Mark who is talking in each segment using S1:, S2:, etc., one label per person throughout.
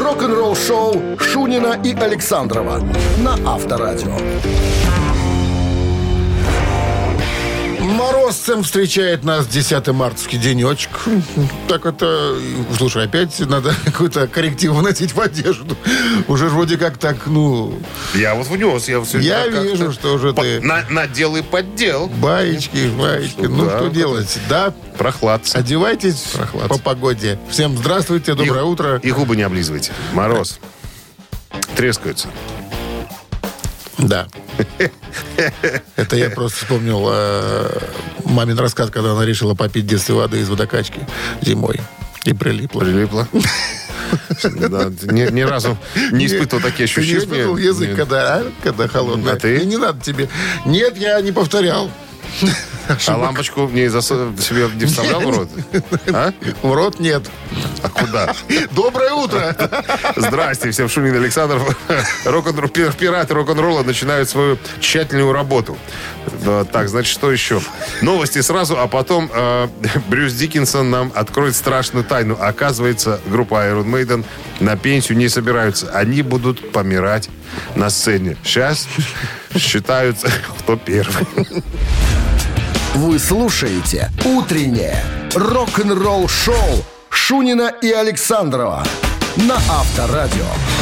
S1: Рок-н-ролл-шоу Шунина и Александрова на Авторадио.
S2: Морозцем встречает нас 10 мартовский денечек. Так это... Слушай, опять надо какой-то корректив вносить в одежду. Уже вроде как так,
S3: Я вот внес.
S2: Я вижу, что уже ты...
S3: Надел и поддел.
S2: Баечки. Что делать? Да?
S3: Прохладца.
S2: Одевайтесь по погоде. Всем здравствуйте, доброе утро.
S3: И губы не облизывайте. Мороз. Трескаются.
S2: Да. Это я просто вспомнил мамин рассказ, когда она решила попить в детстве воды из водокачки зимой. И прилипла.
S3: Да, ни разу не испытывал такие ощущения.
S2: Ты не испытывал язык, когда холодный?
S3: А ты?
S2: Не надо тебе. Нет, я не повторял.
S3: А лампочку себе не вставлял в рот? А?
S2: В рот нет.
S3: А куда?
S2: Доброе утро!
S3: Здрасте, всем Шунин и Александров. Пираты рок-н-ролла начинают свою тщательную работу. Так, значит, что еще? Новости сразу, а потом Брюс Диккинсон нам откроет страшную тайну. Оказывается, группа Iron Maiden на пенсию не собираются. Они будут помирать на сцене. Сейчас считаются, кто первый.
S1: Вы слушаете «Утреннее рок-н-ролл-шоу» Шунина и Александрова на Авторадио.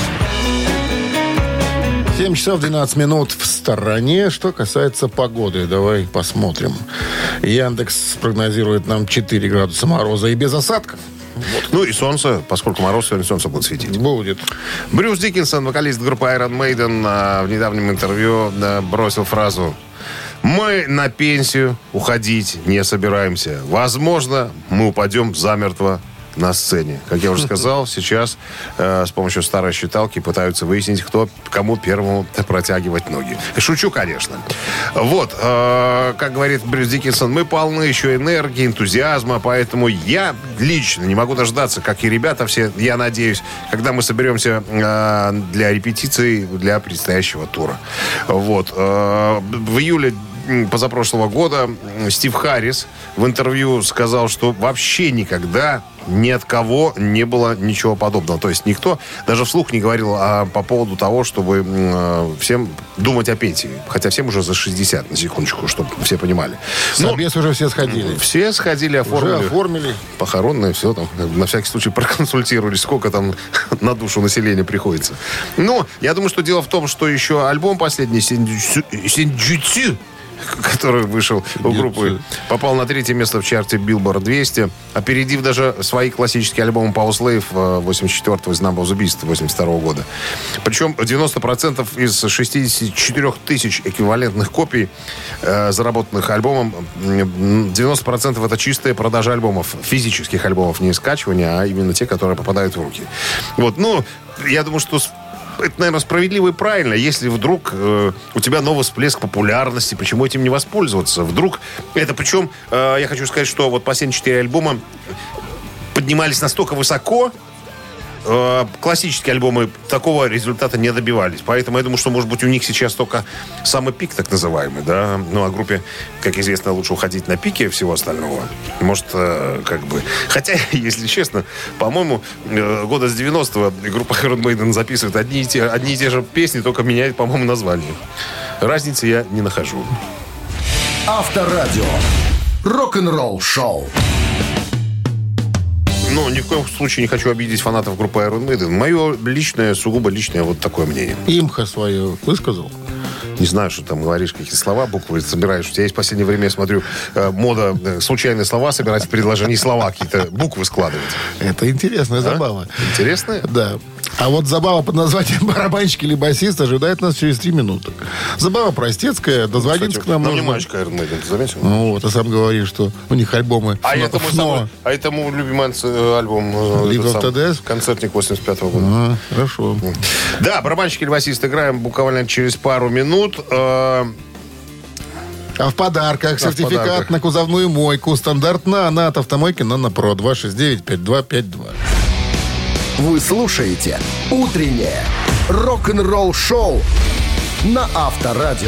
S2: 7 часов 12 минут в стороне. Что касается погоды, давай посмотрим. Яндекс прогнозирует нам 4 градуса мороза и без осадков.
S3: И солнце, поскольку мороз, сегодня солнце будет светить.
S2: Будет.
S3: Брюс Диккинсон, вокалист группы Iron Maiden, в недавнем интервью бросил фразу: «Мы на пенсию уходить не собираемся. Возможно, мы упадем замертво на сцене». Как я уже сказал, сейчас с помощью старой считалки пытаются выяснить, кому первому протягивать ноги. Шучу, конечно. Вот, как говорит Брюс Диккинсон, мы полны еще энергии, энтузиазма, поэтому я лично не могу дождаться, как и ребята все, я надеюсь, когда мы соберемся для репетиции для предстоящего тура. Вот. В июле позапрошлого года Стив Харрис в интервью сказал, что вообще никогда ни от кого не было ничего подобного. То есть никто даже вслух не говорил по поводу того, чтобы всем думать о пенсии. Хотя всем уже за 60, на секундочку, чтобы все понимали.
S2: Собес уже все сходили.
S3: Все сходили,
S2: оформили.
S3: Похоронные, все там. На всякий случай проконсультировались, сколько там на душу населения приходится. Но я думаю, что дело в том, что еще альбом последний «Синдзюцю», который вышел у группы, попал на 3-е место в чарте Billboard 200, опередив даже свои классические альбомы Power Slave 84-го и Number of the Beast 82-го года. Причем 90% из 64 тысяч эквивалентных копий, заработанных альбомом, 90% это чистая продажа альбомов, физических альбомов, не скачивания, а именно те, которые попадают в руки. Вот, я думаю, что это, наверное, справедливо и правильно. Если вдруг у тебя новый всплеск популярности, почему этим не воспользоваться? Вдруг это, причем, я хочу сказать, что вот последние 4 альбома поднимались настолько высоко, классические альбомы такого результата не добивались. Поэтому я думаю, что, может быть, у них сейчас только самый пик, так называемый, да. А группе, как известно, лучше уходить на пике всего остального. Может, Хотя, если честно, по-моему, года с 90-го группа Iron Maiden записывает одни и те же песни, только меняет, по-моему, название. Разницы я не нахожу.
S1: Авторадио. Рок-н-ролл-шоу.
S3: Ни в коем случае не хочу обидеть фанатов группы Iron Maiden. Мое личное, сугубо личное вот такое мнение.
S2: Имха свое высказал?
S3: Не знаю, что там говоришь, какие слова, буквы собираешь. У тебя есть в последнее время, я смотрю, мода случайные слова собирать в предложении, слова какие-то, буквы складывать.
S2: Это интересная забава.
S3: Интересная?
S2: Да. А вот забава под названием «Барабанщик или басист» ожидает нас через 3 минуты. Забава простецкая. Дозвониться к нам можно.
S3: Внимательно, Iron Maiden, ты заметил?
S2: Ты сам говоришь, что у них альбомы.
S3: Это мой любимый альбом.
S2: Live of TDS?
S3: Концертник 85-го года.
S2: Хорошо.
S3: Да, барабанщик или басист играем буквально через пару минут.
S2: А в подарках сертификат на кузовную мойку. Стандартно она от автомойки «Нано-Про». 269-5252.
S1: Вы слушаете «Утреннее рок-н-ролл-шоу» на Авторадио.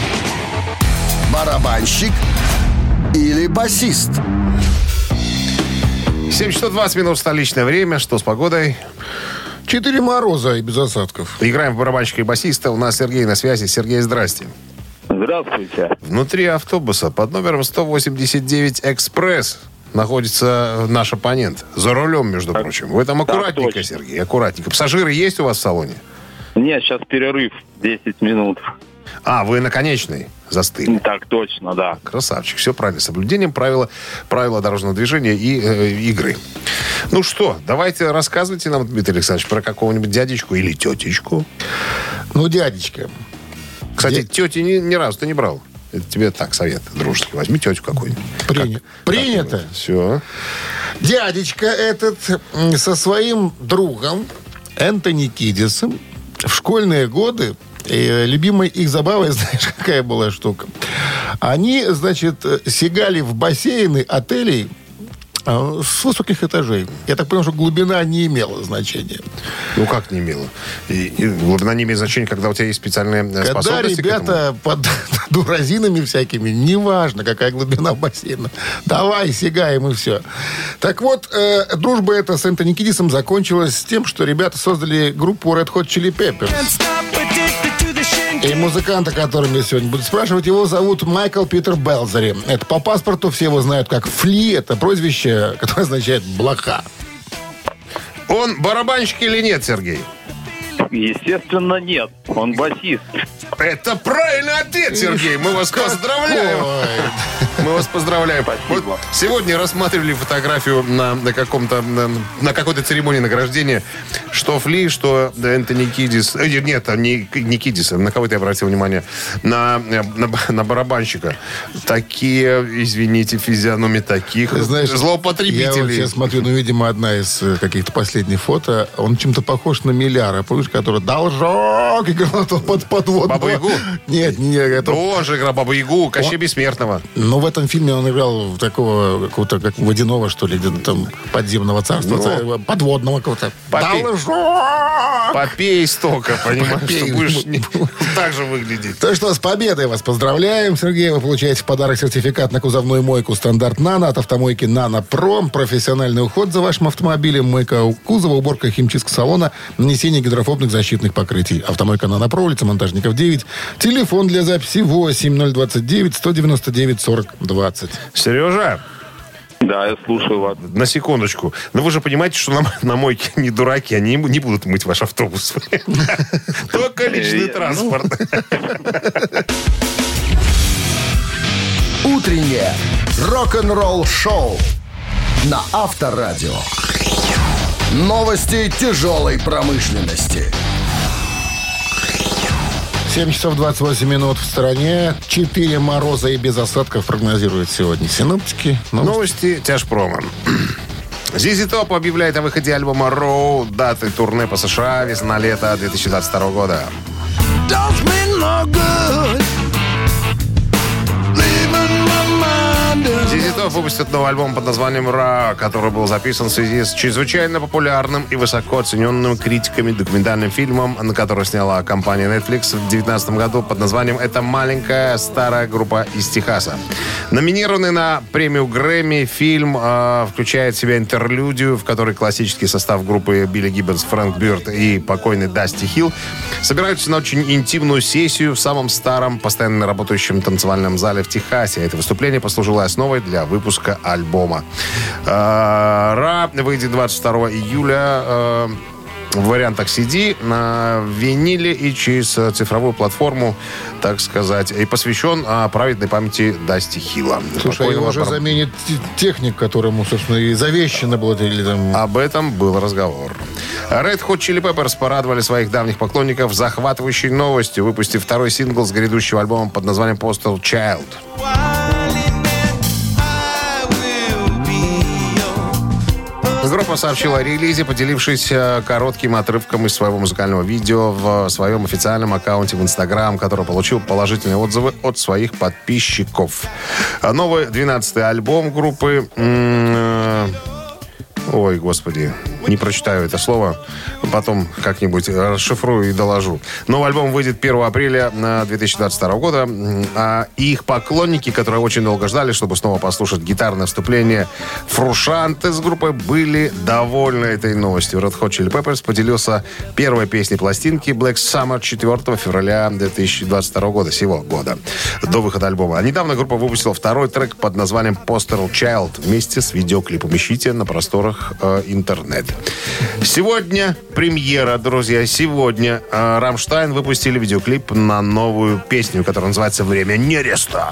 S1: Барабанщик или басист?
S3: 7 часов 20 минут столичное время. Что с погодой?
S2: 4 мороза и без осадков.
S3: Играем в барабанщика и басиста. У нас Сергей на связи. Сергей, здрасте.
S4: Здравствуйте.
S3: Внутри автобуса под номером 189 «Экспресс» находится наш оппонент. За рулем, между прочим. Вы там аккуратненько,
S4: точно.
S3: Сергей, аккуратненько. Пассажиры есть у вас в салоне?
S4: Нет, сейчас перерыв 10 минут.
S3: А, вы на конечной застыли.
S4: Так точно, да.
S3: Красавчик, все правильно. Соблюдением правила дорожного движения и игры. Ну что, давайте рассказывайте нам, Дмитрий Александрович, про какого-нибудь дядечку или тетечку.
S2: Ну, дядечка.
S3: Кстати, тети ни разу ты не брал. Это тебе так, совет дружеский. Возьми тетю какую-нибудь.
S2: Принято.
S3: Все.
S2: Дядечка этот со своим другом Энтони Кидисом в школьные годы, любимой их забавой, знаешь, какая была штука? Они, значит, сигали в бассейны отелей с высоких этажей. Я так понимаю, что глубина не имела значения.
S3: Ну, как не имела? И глубина не имеет значения, когда у тебя есть специальные способности.
S2: Когда ребята под дуразинами всякими, неважно, какая глубина бассейна, давай, сигаем и все. Так вот, дружба эта с Энтони Кидисом закончилась с тем, что ребята создали группу Red Hot Chili Peppers. И музыканта, которым я сегодня буду спрашивать, его зовут Майкл Питер Белзери. Это по паспорту, все его знают как Фли. Это прозвище, которое означает «блоха».
S3: Он барабанщик или нет, Сергей?
S4: Естественно, нет. Он басист.
S3: Это правильный ответ, Сергей. Мы вас поздравляем. Мы вас поздравляем.
S4: Спасибо.
S3: Вот сегодня рассматривали фотографию на какой-то церемонии награждения. Что Фли, что Энтони Кидис. Нет, не Кидис. На кого ты обратил внимание? На барабанщика. Такие, извините, физиономии таких.
S2: Знаешь,
S3: злоупотребителей.
S2: Я вот сейчас смотрю, видимо, одна из каких-то последних фото. Он чем-то похож на Миляра. Помнишь, который должок играл под подводного.
S3: Бабу-Ягу?
S2: Нет, это...
S3: Он же играл Бабу-Ягу, Кощей Бессмертного.
S2: Но в этом фильме он играл такого какого-то, как водяного, что ли, где-то там подземного царства. Подводного какого-то.
S3: Попей столько, понимаешь, что будешь так же выглядеть.
S2: То что, с победой вас поздравляем, Сергей. Вы получаете в подарок сертификат на кузовную мойку «Стандарт Нано» от автомойки «Нано Про». Профессиональный уход за вашим автомобилем, мойка кузова, уборка химчистка салона, нанесение гидрофобных защитных покрытий. Автомойка «Нано Про», улица Монтажников, 9. Телефон для записи 8-029-199-40-20.
S3: Сережа.
S4: Да, я слушаю вас.
S3: На секундочку. Но вы же понимаете, что на мойке не дураки, они не будут мыть ваш автобус. Только личный транспорт.
S1: Утреннее рок-н-ролл-шоу на Авторадио. Новости тяжелой промышленности.
S2: 7 часов 28 минут в стороне. 4 мороза и без осадков прогнозируют сегодня синоптики.
S3: Новости тяжпрома. ZZ Top объявляет о выходе альбома «Row», даты турне по США весна-лето 2022 года. ZZ Top выпустит новый альбом под названием «Ra», который был записан в связи с чрезвычайно популярным и высоко оцененным критиками документальным фильмом, на который сняла компания Netflix в 2019 году под названием «Это маленькая старая группа из Техаса». Номинированный на премию Грэмми фильм включает в себя интерлюдию, в которой классический состав группы Билли Гиббонс, Фрэнк Бёрд и покойный Дасти Хилл собираются на очень интимную сессию в самом старом, постоянно работающем танцевальном зале в Техасе. Это выступление послужило основой для выпуска альбома. «Ра» выйдет 22 июля в вариантах CD, на виниле и через цифровую платформу, так сказать, и посвящен праведной памяти Дасти Хилла.
S2: Слушай, его уже заменит техник, которому, собственно, и завещано было. Или там...
S3: Об этом был разговор. Red Hot Chili Peppers порадовали своих давних поклонников захватывающей новостью, выпустив второй сингл с грядущего альбома под названием «Postal Child». Группа сообщила о релизе, поделившись коротким отрывком из своего музыкального видео в своем официальном аккаунте в Instagram, который получил положительные отзывы от своих подписчиков. Новый 12-й альбом группы... Ой, господи. не прочитаю это слово. Потом как-нибудь расшифрую и доложу. Новый альбом выйдет 1 апреля 2022 года. А их поклонники, которые очень долго ждали, чтобы снова послушать гитарное вступление Фрушанте с группой, были довольны этой новостью. Red Hot Chili Peppers поделился первой песней пластинки Black Summer 4 февраля 2022 года, сего года, до выхода альбома. А недавно группа выпустила второй трек под названием Postal Child вместе с видеоклипом. Ищите на просторах интернета. Сегодня премьера, друзья. Сегодня Рамштайн выпустили видеоклип на новую песню, которая называется «Время нереста».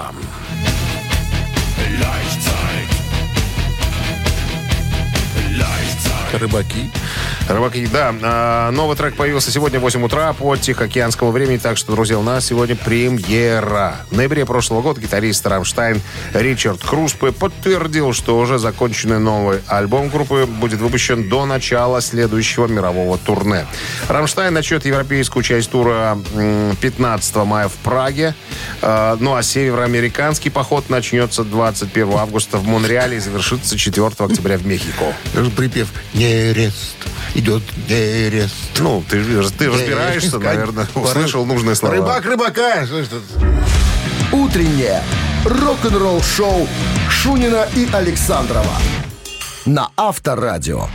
S3: Рыбаки, да. Новый трек появился сегодня в 8 утра по тихоокеанскому времени, так что, друзья, у нас сегодня премьера. В ноябре прошлого года гитарист Рамштайн Ричард Круспе подтвердил, что уже законченный новый альбом группы будет выпущен до начала следующего мирового турне. Рамштайн начнет европейскую часть тура 15 мая в Праге, ну а североамериканский поход начнется 21 августа в Монреале и завершится 4 октября в Мехико.
S2: Припев «Нерест». Идет нерест.
S3: Ну, ты разбираешься, наверное, услышал нужные слова.
S2: Рыбак рыбака.
S1: Утреннее рок-н-ролл-шоу Шунина и Александрова на Авторадио.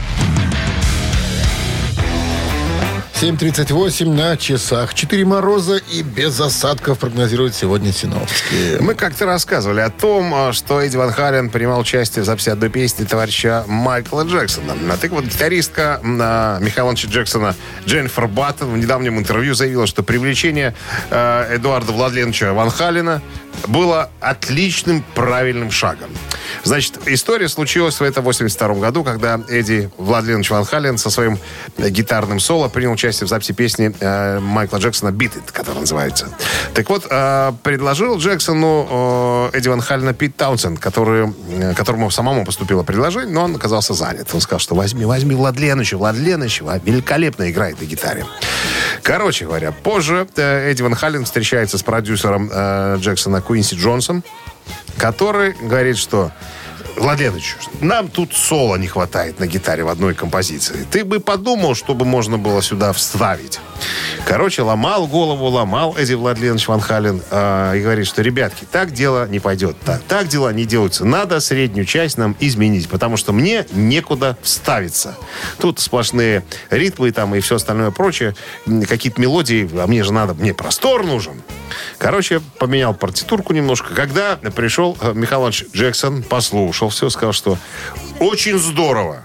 S2: 7:38 на часах. 4 мороза и без осадков прогнозируют сегодня синоптики.
S3: Мы как-то рассказывали о том, что Эдди Ван Хален принимал участие в записи одной песни товарища Майкла Джексона. Так вот, гитаристка Михаила Ивановича Джексона Дженнифер Баттон в недавнем интервью заявила, что привлечение Эдуарда Владленовича Ван Халена было отличным, правильным шагом. Значит, история случилась в этом 82 году, когда Эдди Владленович Ван Хален со своим гитарным соло принял участие в записи песни Майкла Джексона «Beat It», которая называется. Так вот, предложил Джексону Эдди Ван Халена Пит Таунсенд, которому самому поступило предложение, но он оказался занят. Он сказал, что возьми Владленовича. Владленович великолепно играет на гитаре. Короче говоря, позже Эдди Ван Хален встречается с продюсером Джексона Куинси Джонсом, который говорит, что Владленович, нам тут соло не хватает на гитаре в одной композиции. Ты бы подумал, чтобы можно было сюда вставить. Короче, ломал Эдди Владленович Ван Хален и говорит, что, ребятки, так дело не пойдет. Так дела не делаются. Надо среднюю часть нам изменить, потому что мне некуда вставиться. Тут сплошные ритмы там, и все остальное прочее. Какие-то мелодии, а мне простор нужен. Короче, поменял партитурку немножко. Когда пришел Михаил Иванович Джексон, послушал все, сказал, что очень здорово.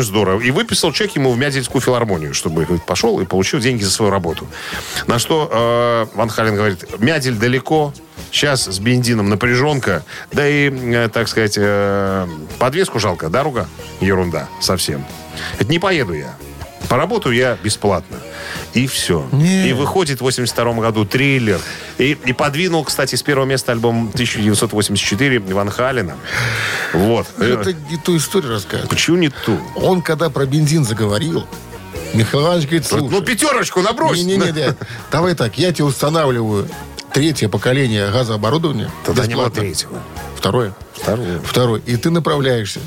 S3: И выписал чек ему в Мядельскую филармонию, чтобы пошел и получил деньги за свою работу. На что Ван Хален говорит, Мядель далеко, сейчас с бензином напряженка, да и, так сказать, подвеску жалко, дорога ерунда совсем. Это не поеду я. Поработаю я бесплатно. И все.
S2: Нет.
S3: И выходит в 82 году «Триллер». И подвинул, кстати, с первого места альбом 1984 Ван Халена. Вот.
S2: Это не ту историю рассказывает.
S3: Почему не ту?
S2: Он, когда про бензин заговорил, Михаил Иванович говорит, слушай...
S3: Ну, 5 набрось.
S2: Не. Давай так, я тебе устанавливаю 3-е поколение газооборудования.
S3: Тогда не было
S2: бесплатно.
S3: 3-го.
S2: Второй. И ты направляешься.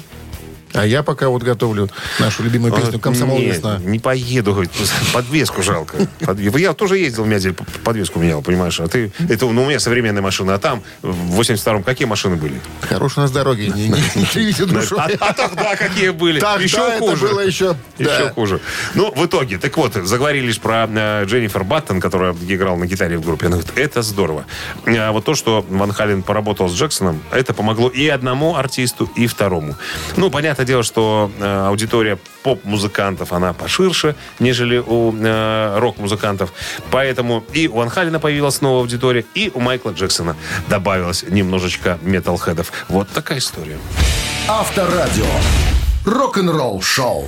S2: А я пока вот готовлю нашу любимую песню «Комсомол весна».
S3: Не поеду, говорит, подвеску жалко. Я тоже ездил в Мядель, подвеску менял, понимаешь? А ты, это, у меня современная машина, а там в 82-м какие машины были?
S2: Хорошие у нас дороги, не кривите душу.
S3: А тогда какие были? Еще хуже.
S2: Это было еще
S3: хуже. Ну, в итоге, так вот, заговорили лишь про Дженнифер Баттон, которая играла на гитаре в группе. Она говорит, это здорово. А вот то, что Ван Хален поработал с Джексоном, это помогло и одному артисту, и второму. Ну, понятно дело, что аудитория поп-музыкантов, она поширше, нежели у рок-музыкантов. Поэтому и у Ван Халена появилась новая аудитория, и у Майкла Джексона добавилось немножечко металлхедов. Вот такая история.
S1: Авторадио. Рок-н-ролл шоу.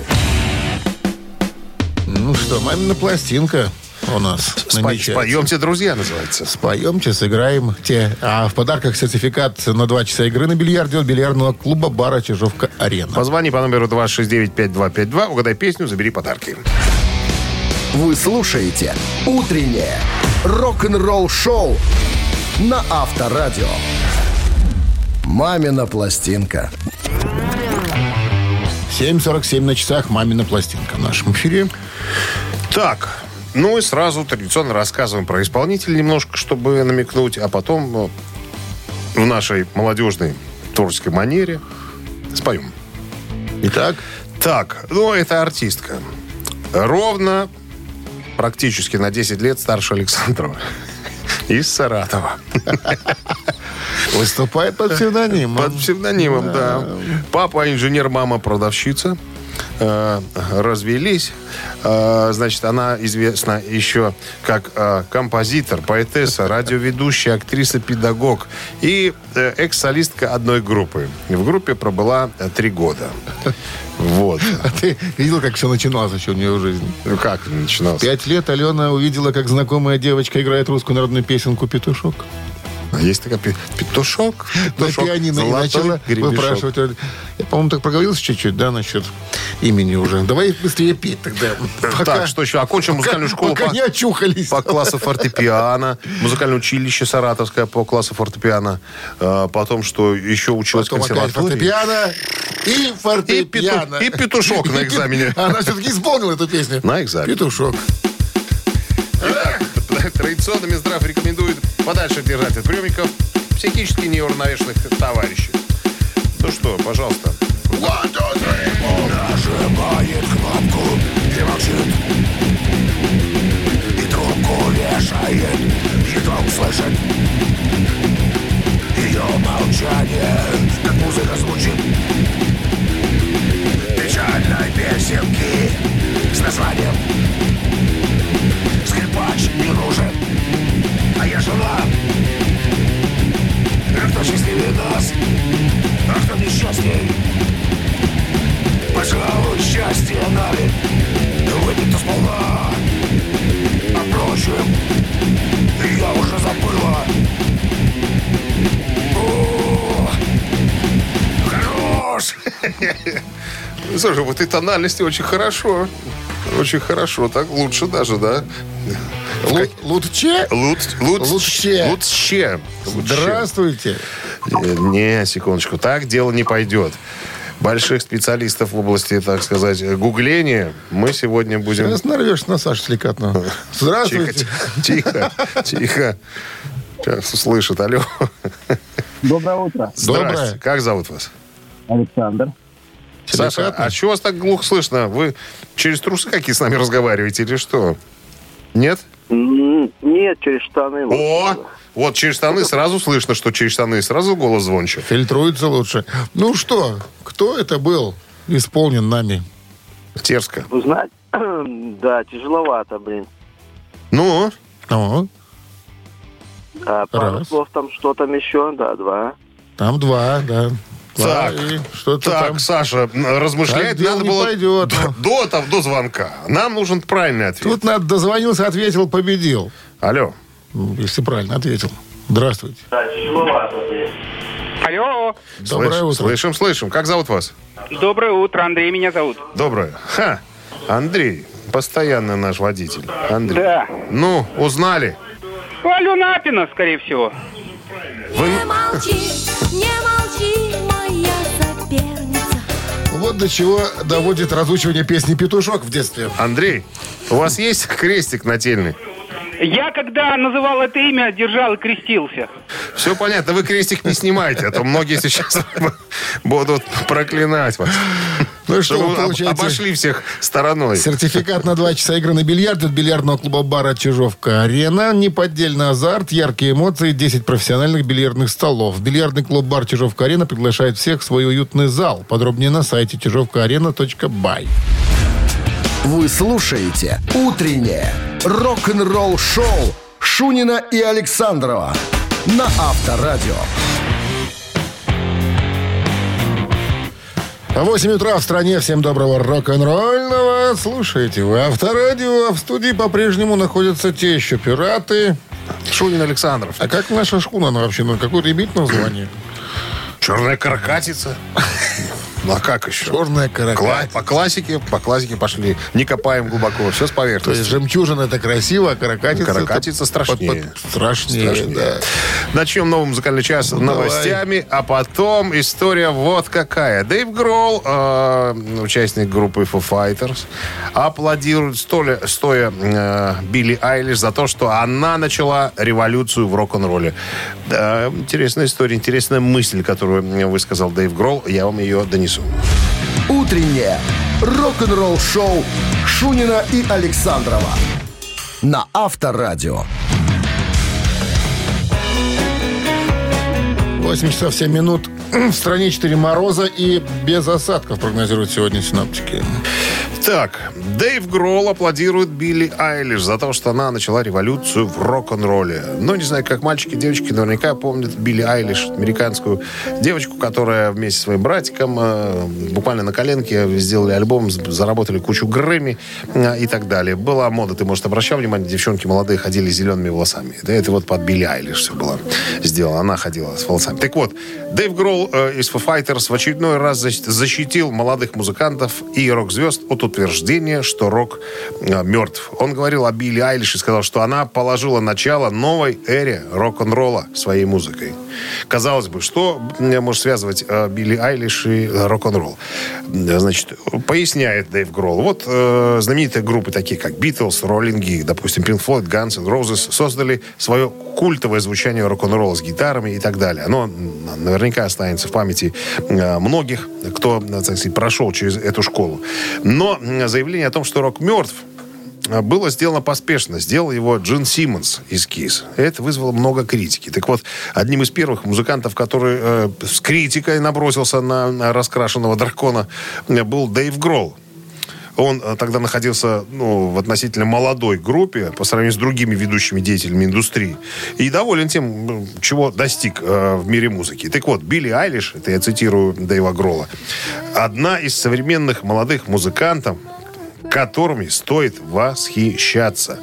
S2: Ну что, мамина пластинка у нас намечается.
S3: «Споемте, друзья» называется.
S2: Споемте, сыграем. А в подарках сертификат на 2 часа игры на бильярде от бильярдного клуба бара «Чижовка-Арена».
S3: Позвони по номеру 269-5252, угадай песню, забери подарки.
S1: Вы слушаете «Утреннее рок-н-ролл-шоу» на Авторадио. «Мамина пластинка».
S2: 7:47 на часах. «Мамина пластинка» в нашем эфире.
S3: Так, ну и сразу традиционно рассказываем про исполнителя немножко, чтобы намекнуть, а потом в нашей молодежной творческой манере споем.
S2: Итак,
S3: Так, ну это артистка. Ровно практически на 10 лет старше Александрова. Из Саратова.
S2: выступает под псевдонимом.
S3: Под псевдонимом, да. Папа инженер, мама продавщица. Развелись. Значит, она известна еще как композитор, поэтесса, радиоведущая, актриса, педагог и экс-солистка одной группы. В группе пробыла 3 года. Вот.
S2: А ты видел, как все начиналось еще у нее в жизни?
S3: Ну, как начиналось?
S2: 5 лет Алена увидела, как знакомая девочка играет русскую народную песенку «Петушок».
S3: Есть такая петушок.
S2: На пианино и начала выпрашивать. Я, по-моему, так проговорился чуть-чуть, да, насчет имени уже. Давай быстрее петь тогда.
S3: Так, что еще? Окончим музыкальную школу
S2: пока не очухались.
S3: по классу фортепиано. Музыкальное училище Саратовское по классу фортепиано. Потом, что еще училась в консерватории.
S2: Фортепиано и фортепиано.
S3: И петушок на экзамене.
S2: Она все-таки исполнила эту песню.
S3: На экзамене.
S2: Петушок.
S3: Итак, традиционно Минздрав рекомендует подальше держать от приемников психически неуравновешенных товарищей. Ну что, пожалуйста.
S1: Нажимает кнопку и молчит. И трубку вешает, едва услышит. Ее молчание, как музыка звучит. Печальной песенки с названием «Скрипач не нужен, а я жила». А кто счастливее нас, а кто несчастней? Пожалуй, счастье нами выпито сполна. А прочим я уже забыла. О, хорош!
S3: Слушай, вот и тональности очень хорошо. Очень хорошо. Так лучше даже, да?
S2: Лучше?
S3: Лучше.
S2: Здравствуйте.
S3: Не, секундочку. Так дело не пойдет. Больших специалистов в области, так сказать, гугления мы сегодня будем...
S2: Сейчас нарвешься на Сашу Сликатного. Здравствуйте.
S3: Тихо. Сейчас услышит. Алло.
S5: Доброе утро.
S3: Здрасте.
S2: Доброе.
S3: Как зовут вас?
S5: Александр.
S3: Саша, а чего вас так глухо слышно? Вы через трусы какие с нами разговариваете или что? Нет?
S5: Нет, через штаны.
S3: О! Вот через штаны сразу слышно, что через штаны сразу голос звонче.
S2: Фильтруется лучше. Ну что, кто это был исполнен нами?
S3: Терска.
S5: Узнать? Да, тяжеловато, блин.
S3: Ну?
S2: О,
S5: А пару
S2: Раз.
S5: слов там, что там еще? Да, 2.
S2: там 2, да.
S3: Так,
S2: И что-то
S3: так,
S2: там.
S3: Саша, размышлять
S2: Так дело
S3: надо
S2: не
S3: было
S2: пойдет.
S3: до звонка. Нам нужен правильный ответ.
S2: Тут надо дозвонился, ответил, победил.
S3: Алло.
S2: Если правильно ответил. Здравствуйте.
S5: Да, тяжеловато, блин.
S6: Алло,
S2: Доброе утро.
S3: Слышим. Как зовут вас?
S6: доброе утро, Андрей меня зовут.
S3: Доброе. Андрей. Постоянно наш водитель. Андрей.
S6: Да.
S3: Ну, узнали?
S6: Алена Апина, скорее всего.
S7: Не молчи, моя соперница.
S2: Вот до чего доводит разучивание песни «Петушок» в детстве.
S3: Андрей, у вас есть крестик нательный?
S6: Я, когда называл это имя, держал и крестился.
S3: Все понятно, вы крестик не снимаете, а то многие сейчас будут проклинать вас.
S2: Ну и что,
S3: Чтобы
S2: вы получаете
S3: обошли всех стороной.
S2: сертификат на 2 часа игры на бильярде от бильярдного клуба-бара «Чижовка-Арена». Неподдельный азарт, яркие эмоции, 10 профессиональных бильярдных столов. Бильярдный клуб-бар «Чижовка-Арена» приглашает всех в свой уютный зал. Подробнее на сайте чижовкаарена.бай.
S1: Вы слушаете «Утреннее рок-н-ролл-шоу» Шунина и Александрова на Авторадио.
S2: 8 утра в стране. Всем доброго рок-н-ролльного. Слушайте вы Авторадио, а в студии по-прежнему находятся те еще пираты.
S3: Шунин Александров.
S2: А как наша шхуна она вообще? Ну, какое-то имеет название?
S3: Черная каракатица. Ну, а как еще?
S2: Черная каракатица.
S3: По классике пошли. Не копаем глубоко, все с
S2: То
S3: поверхности.
S2: есть жемчужина это красиво, а каракатица...
S3: Каракатица страшнее.
S2: Страшнее, да.
S3: Начнем новый музыкальный час новостями, а потом история вот какая. Дэйв Гролл, участник группы Foo Fighters, аплодирует стоя Билли Айлиш за то, что она начала революцию в рок-н-ролле. Да, интересная история, интересная мысль, которую высказал Дэйв Гролл. Я вам ее донесу.
S1: Утреннее рок-н-ролл-шоу Шунина и Александрова на Авторадио.
S2: 8 часов 7 минут. В стране 4 мороза и без осадков прогнозируют сегодня синоптики.
S3: Так, Дэйв Гролл аплодирует Билли Айлиш за то, что она начала революцию в рок-н-ролле. Ну, не знаю, как мальчики, девочки наверняка помнят Билли Айлиш, американскую девочку, которая вместе со своим братиком буквально на коленке сделали альбом, заработали кучу Грэмми и так далее. Была мода, ты, может, обращал внимание, девчонки молодые ходили с зелеными волосами. Да, это вот под Билли Айлиш все было сделано. Она ходила с волосами. Так вот, Дэйв Гролл из Foo Fighters в очередной раз защитил молодых музыкантов и рок-звезд от утверждения, что рок мертв. Он говорил о Билли Айлиш и сказал, что она положила начало новой эре рок-н-ролла своей музыкой. Казалось бы, что может связывать Билли Айлиш и рок-н-ролл? Значит, поясняет Дэйв Гролл. Вот знаменитые группы, такие как Beatles, Rolling, допустим, Pink Floyd, Guns N' Roses, создали свое культовое звучание рок-н-ролла с гитарами и так далее. Оно наверняка останется в памяти многих, кто, так сказать, прошел через эту школу. Но заявление о том, что рок мертв, было сделано поспешно. Сделал его Джин Симмонс из Kiss. Это вызвало много критики. Так вот, одним из первых музыкантов, который с критикой набросился на раскрашенного дракона, был Дэйв Гролл. Он тогда находился в относительно молодой группе по сравнению с другими ведущими деятелями индустрии. И доволен тем, чего достиг в мире музыки. Так вот, Билли Айлиш, это я цитирую Дэйва Гролла, одна из современных молодых музыкантов, которыми стоит восхищаться.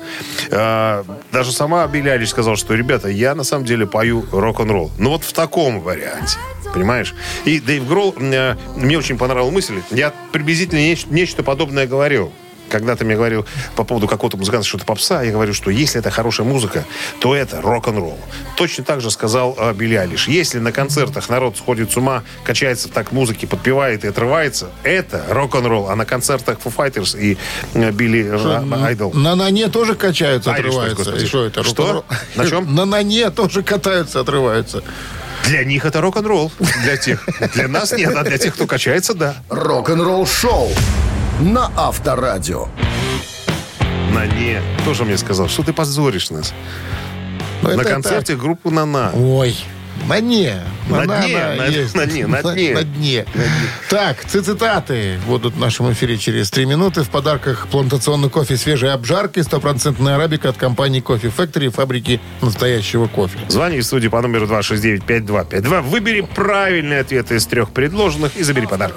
S3: Даже сама Билли Айлиш сказала, что, ребята, я на самом деле пою рок-н-ролл. Но вот в таком варианте. Понимаешь? И Дэйв Гролл, мне очень понравилась мысль. Я приблизительно нечто подобное говорил. Когда ты мне говорил по поводу какого-то музыканта, что-то попса, я говорю, что если это хорошая музыка, то это рок-н-ролл. Точно так же сказал Билли Айлиш. Если на концертах народ сходит с ума, качается так музыки, подпевает и отрывается, это рок-н-ролл. А на концертах Foo Fighters и Билли Айдол...
S2: На нане тоже качаются,
S3: Айлиш,
S2: отрываются. И что это?
S3: Что? На чем?
S2: На нане тоже катаются, отрываются.
S3: Для них это рок-н-ролл. Для тех. Для нас нет, а для тех, кто качается, да.
S1: Рок-н-ролл-шоу на Авторадио.
S3: На не. Тоже мне сказал, что ты позоришь нас.
S2: Ну,
S3: на концерте группу «На-на».
S2: Ой, на дне.
S3: На дне.
S2: Так, цитаты будут в нашем эфире через 3 минуты. В подарках плантационный кофе свежей обжарки, 100% арабика от компании Coffee Factory, фабрики настоящего кофе.
S3: Звони в студию по номеру 269-5252. Выбери правильный ответ из 3 предложенных и забери подарки.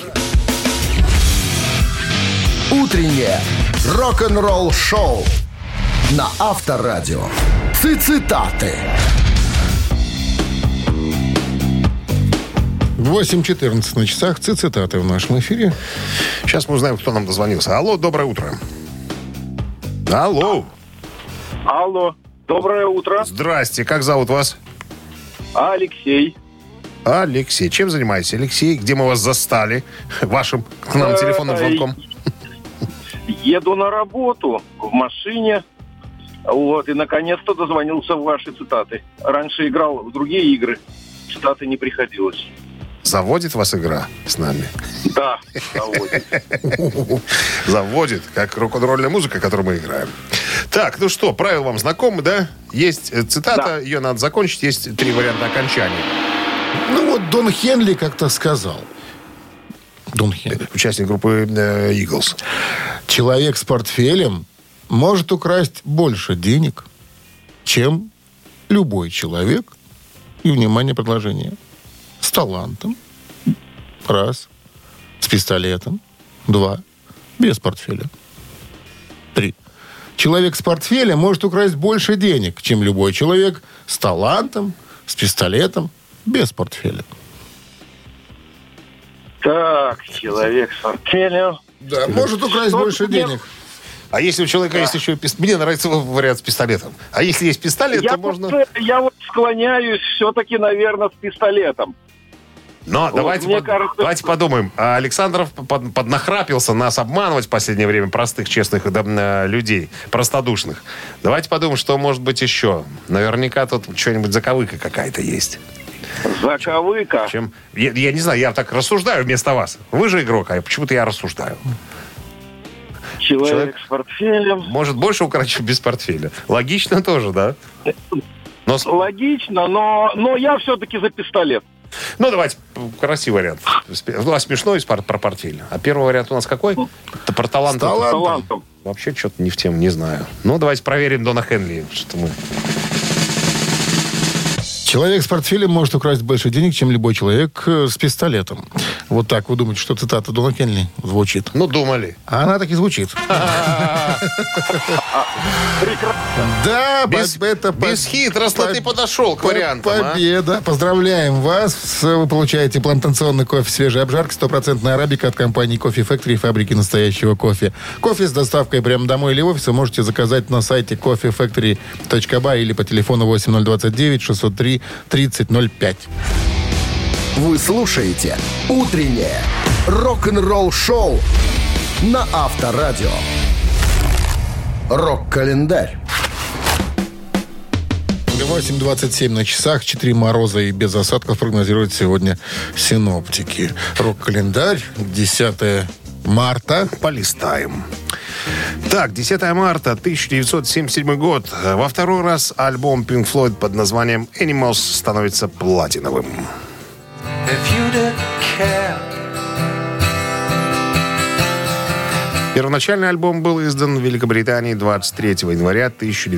S1: Утреннее рок-н-ролл-шоу на Авторадио. Цитаты.
S2: 8:14 на часах. Цитаты в нашем эфире.
S3: Сейчас мы узнаем, кто нам дозвонился. Алло, доброе утро. Алло.
S4: Алло, доброе утро.
S3: Здрасте, как зовут вас?
S4: Алексей.
S3: Алексей. Чем занимаетесь, Алексей? Где мы вас застали? Вашим к нам телефонным звонком.
S4: Еду на работу в машине. Вот, и наконец-то дозвонился в ваши цитаты. Раньше играл в другие игры. Цитаты не приходилось.
S3: Заводит вас игра с нами?
S4: Да, заводит.
S3: Заводит, как рок-н-ролльная музыка, которую мы играем. Так, ну что, правила вам знакомы, да? Есть цитата,
S4: да.
S3: Ее надо закончить. Есть 3 варианта окончания.
S2: Ну вот Дон Хенли как-то сказал. Дон Хенли.
S3: Участник группы Eagles.
S2: Человек с портфелем может украсть больше денег, чем любой человек, и, внимание, предложение, с талантом, раз, с пистолетом, 2, без портфеля, 3. Человек с портфелем может украсть больше денег, чем любой человек с талантом, с пистолетом, без портфеля.
S4: Так, человек с портфелем.
S2: Да, может украсть больше денег.
S3: А если у человека есть еще пистолет? Мне нравится вариант с пистолетом. А если есть пистолет, то можно...
S4: Я вот склоняюсь все-таки, наверное, с пистолетом.
S3: Но давайте подумаем. Александров поднахрапился нас обманывать в последнее время простых, честных людей, простодушных. Давайте подумаем, что может быть еще. Наверняка тут что-нибудь заковыка какая-то есть.
S4: Заковыка?
S3: Я не знаю, я так рассуждаю вместо вас. Вы же игрок, а почему-то я рассуждаю.
S4: Человек с портфелем.
S3: Может больше украсть, чем без портфеля. Логично тоже, да?
S4: Логично, но я все-таки за пистолет.
S3: Ну, давайте, красивый вариант. Ну, смешной про портфель. А первый вариант у нас какой? Это про талант.
S4: Талантом.
S3: Вообще, что-то не в тему, не знаю. Ну, давайте проверим Дона Хенли. Что мы...
S2: Человек с портфелем может украсть больше денег, чем любой человек с пистолетом. Вот так вы думаете, что цитата Дона Хенли звучит?
S3: Ну, думали.
S2: А она так и звучит. Да, это
S3: бесхитростно ты подошел к вариантам.
S2: Победа. Поздравляем вас. Вы получаете плантационный кофе свежей обжарки, 100% арабика от компании Coffee Factory, фабрики настоящего кофе. Кофе с доставкой прямо домой или в офис вы можете заказать на сайте coffeefactory.by или по телефону 8029 603 3005.
S1: Вы слушаете «Утреннее рок-н-ролл-шоу» на Авторадио. Рок-календарь.
S2: 8:27 на часах, 4 мороза и без осадков прогнозируют сегодня синоптики. Рок-календарь, 10 марта.
S3: Полистаем. Так, 10 марта 1977 год. Во второй раз альбом Pink Floyd под названием Animals становится платиновым. Первоначальный альбом был издан в Великобритании 23 января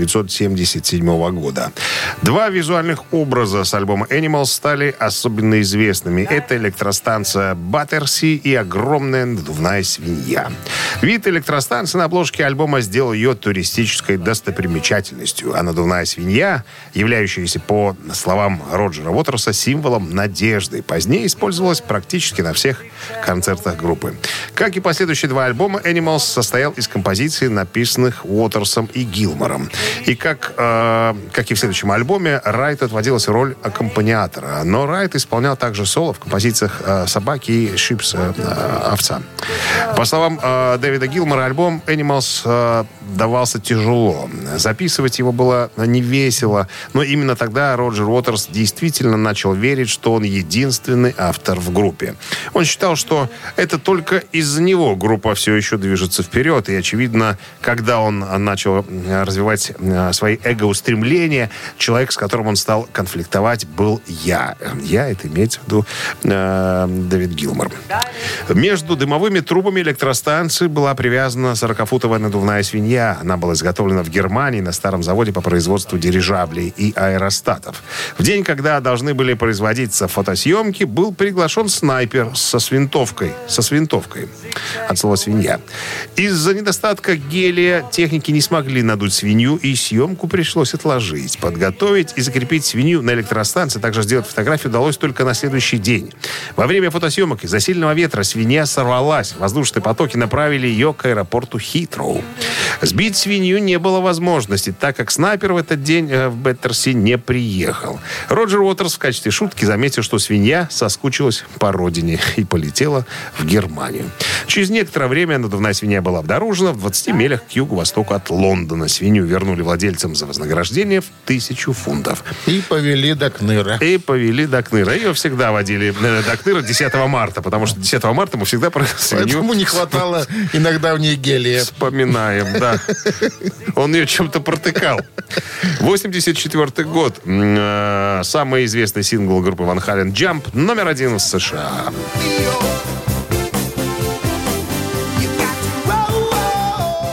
S3: 1977 года. Два визуальных образа с альбома Animals стали особенно известными. Это электростанция Баттерси и огромная надувная свинья. Вид электростанции на обложке альбома сделал ее туристической достопримечательностью, а надувная свинья, являющаяся, по словам Роджера Уотерса, символом надежды, позднее использовалась практически на всех концертах группы. Как и последующие два альбома, Animals состоял из композиций, написанных Уотерсом и Гилмором. И как и в следующем альбоме, Райту отводилась роль аккомпаниатора. Но Райт исполнял также соло в композициях «Собаки» и «Шипс» «Овца». По словам Дэвида Гилмора, альбом Animals давался тяжело. Записывать его было не весело. Но именно тогда Роджер Уотерс действительно начал верить, что он единственный автор в группе. Он считал, что это только из-за него группа все еще движется вперед. И, очевидно, когда он начал развивать свои эго-устремления, человек, с которым он стал конфликтовать, был я. Я, это имеется в виду Дэвид Гилмор. Между дымовыми трубами электростанции была привязана 40-футовая надувная свинья. Она была изготовлена в Германии на старом заводе по производству дирижаблей и аэростатов. В день, когда должны были производиться фотосъемки, был приглашен снайпер со свинтовкой. От слова «свинья». Из-за недостатка гелия техники не смогли надуть свинью, и съемку пришлось отложить. Подготовить и закрепить свинью на электростанции, также сделать фотографию удалось только на следующий день. Во время фотосъемок из-за сильного ветра свинья сорвалась. Воздушные потоки направили ее к аэропорту Хитроу. Сбить свинью не было возможности, так как снайпер в этот день в Беттерси не приехал. Роджер Уотерс в качестве шутки заметил, что свинья соскучилась по родине и полетела в Германию. Через некоторое время надувная свинья была обнаружена в 20 милях к юго-востоку от Лондона. Свинью вернули владельцам за вознаграждение в 1000 фунтов.
S2: И повели до Кныра.
S3: Ее всегда водили до Кныра 10 марта, потому что 10 марта мы всегда про свинью...
S2: Поэтому не хватало иногда в ней гелия.
S3: Вспоминаем, да. Он ее чем-то протыкал. 84 год. Самый известный сингл группы Ван Хален «Jump», номер 1 в США.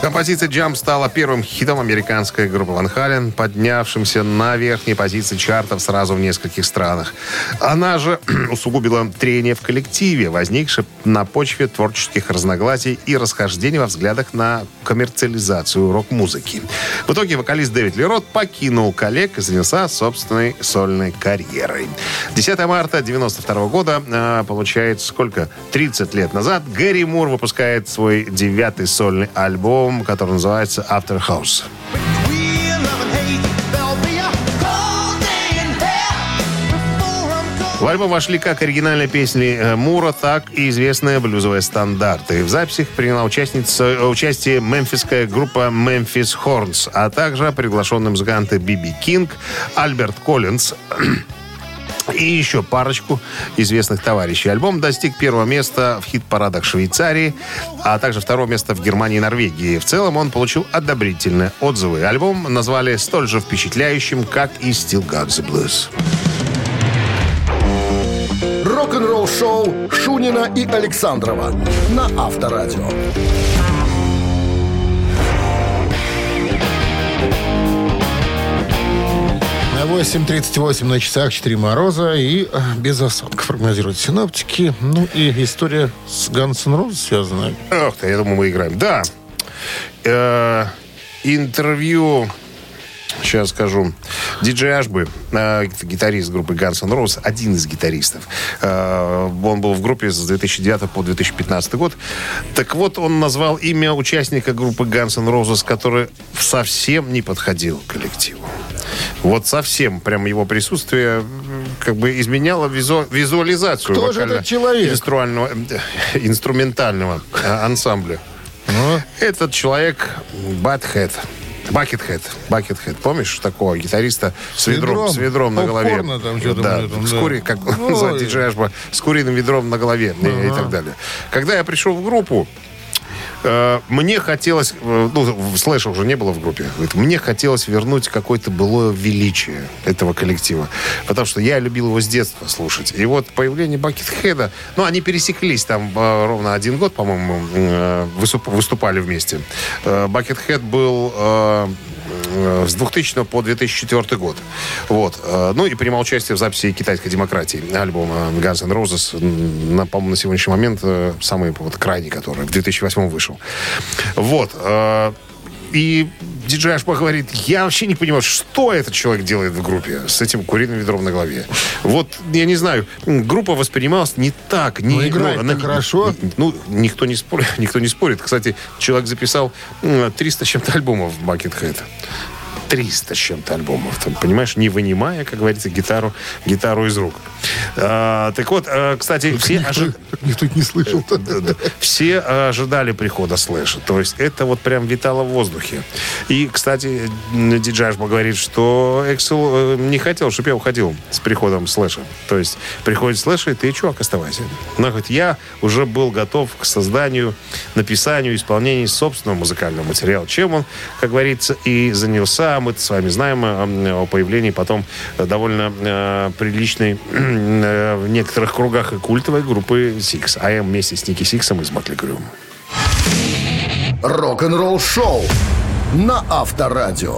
S3: Композиция «Jump» стала первым хитом американской группы Ван Хален, поднявшимся на верхние позиции чартов сразу в нескольких странах. Она же усугубила трение в коллективе, возникшее на почве творческих разногласий и расхождений во взглядах на коммерциализацию рок-музыки. В итоге вокалист Дэвид Ли Рот покинул коллег и занялся собственной сольной карьерой. 10 марта 1992 года, получается, сколько? 30 лет назад, Гэри Мур выпускает свой 9-й сольный альбом, который называется «After House». В альбом вошли как оригинальные песни Мура, так и известные блюзовые стандарты. В записях приняла участие мемфисская группа Memphis Horns, а также приглашенные музыканты Би Кинг, Альберт Коллинз и еще парочку известных товарищей. Альбом достиг первого места в хит-парадах Швейцарии, а также второго места в Германии и Норвегии. В целом он получил одобрительные отзывы. Альбом назвали столь же впечатляющим, как и Still Got the Blues.
S1: Рок-н-ролл-шоу Шунина и Александрова на Авторадио.
S2: 8:38 на часах, 4 мороза и без осадков прогнозируют синоптики. Ну и история с Guns N' Roses связана.
S3: Ох ты, я думаю, мы играем. Да. Интервью, сейчас скажу, Диджей Ашби, гитарист группы Guns N' Roses, один из гитаристов. Он был в группе с 2009 по 2015 год. Так вот, он назвал имя участника группы Guns N' Roses, который совсем не подходил к коллективу. Вот совсем прям его присутствие как бы изменяло визуализацию.
S2: Кто же этот человек?
S3: Инструментального ансамбля.
S2: Ну?
S3: Этот человек Бакетхед. Помнишь такого гитариста с ведром на голове?
S2: Там
S3: да, как называют диджей Ашба, с куриным ведром на голове и так далее. Когда я пришел в группу, мне хотелось, Слэша уже не было в группе, мне хотелось вернуть какое-то былое величие этого коллектива, потому что я любил его с детства слушать. И вот появление Бакетхеда, они пересеклись там ровно 1 год, по-моему, выступали вместе. Бакетхед был с 2000 по 2004 год. Вот. Ну и принимал участие в записи «Китайской демократии» альбома Guns N' Roses, по-моему, на сегодняшний момент самый крайний, который в 2008 вышел. Вот. И диджей Ашба говорит, я вообще не понимаю, что этот человек делает в группе с этим куриным ведром на голове. Вот, я не знаю, группа воспринималась не так.
S2: Играет хорошо.
S3: Никто не спорит. Кстати, человек записал 300 с чем-то альбомов в Buckethead. 300 с чем-то альбомов. Там, понимаешь, не вынимая, как говорится, гитару из рук. Так вот, кстати, все...
S2: Никто не слышал.
S3: Все ожидали прихода Слэша. То есть это вот прям витало в воздухе. И, кстати, диджей Ашба говорит, что Эксел не хотел, чтобы я уходил с приходом Слэша. То есть приходит Слэш, и ты, чувак, оставайся. Она говорит, я уже был готов к созданию, написанию, исполнению собственного музыкального материала. Чем он, как говорится, и занялся. Мы-то с вами знаем о появлении потом довольно приличной в некоторых кругах и культовой группы Six. А я вместе с Ники Сиксом из Мотли Крю.
S1: Рок-н-ролл шоу на Авторадио.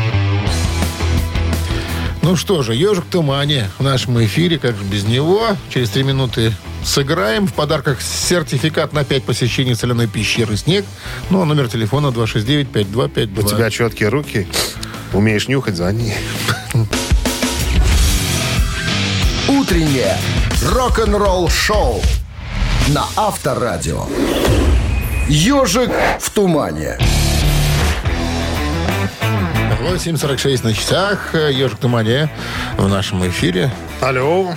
S2: Ну что же, «Ежик в тумане» в нашем эфире, как же без него. Через 3 минуты сыграем. В подарках сертификат на 5 посещений соляной пещеры «Снег». Ну, а номер телефона 269-5252.
S3: У тебя четкие руки. Умеешь нюхать, звони.
S1: Утреннее рок-н-ролл шоу на Авторадио. «Ежик в тумане».
S2: 8:46 на часах. «Ежик в тумане» в нашем эфире.
S3: Алло.